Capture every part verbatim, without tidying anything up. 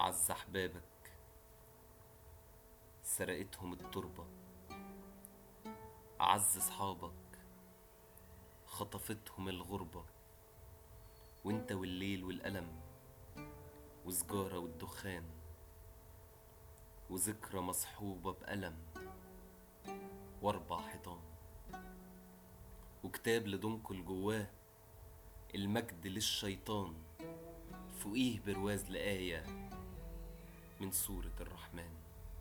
أعز أحبابك سرقتهم التربة، أعز أصحابك خطفتهم الغربة، وانت والليل والألم وسجارة والدخان وذكرى مصحوبة بألم وأربع حيطان وكتاب لدنكل جواه المجد للشيطان، فوقيه برواز لآية من سورة الرحمن.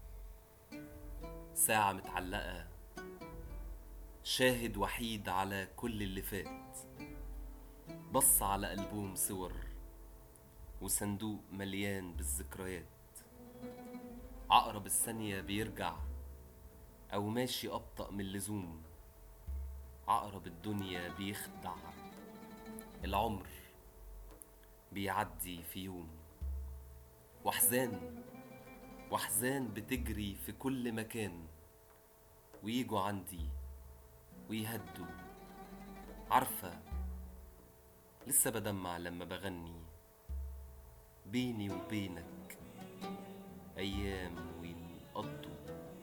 ساعة متعلقة شاهد وحيد على كل اللي فات، بص على ألبوم صور وصندوق مليان بالذكريات. عقرب الثانية بيرجع أو ماشي أبطأ من اللزوم، عقرب الدنيا بيخدع، العمر بيعدي في يوم. وأحزان وأحزان بتجري في كل مكان، ويجوا عندي ويهدوا. عارفة لسه بدمع لما بغني بيني وبينك أيام وينقضوا،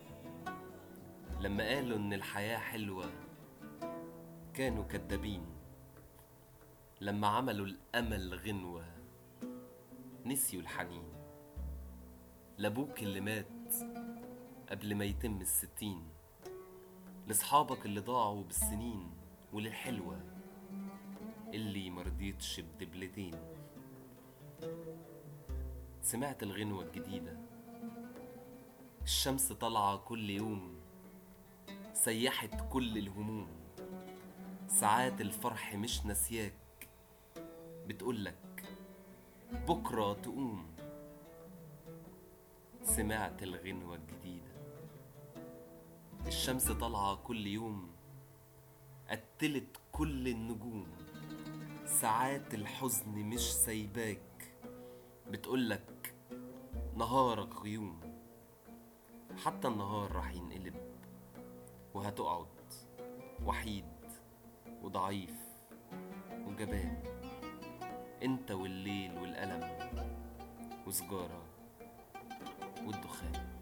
لما قالوا إن الحياة حلوة كانوا كدابين، لما عملوا الأمل غنوة نسيوا الحنين. لأبوك اللي مات قبل ما يتم الستين، لصحابك اللي ضاعوا بالسنين، وللحلوة اللي مرضيتش بدبلتين. سمعت الغنوة الجديدة، الشمس طالعة كل يوم سيحت كل الهموم. ساعات الفرح مش نسياك بتقولك بكرة تقوم. سمعت الغنوة الجديدة، الشمس طالعة كل يوم قتلت كل النجوم. ساعات الحزن مش سايباك بتقولك نهارك غيوم. حتى النهار راح ينقلب وهتقعد وحيد وضعيف وجبان، انت والليل والألم وسجارة والدخان.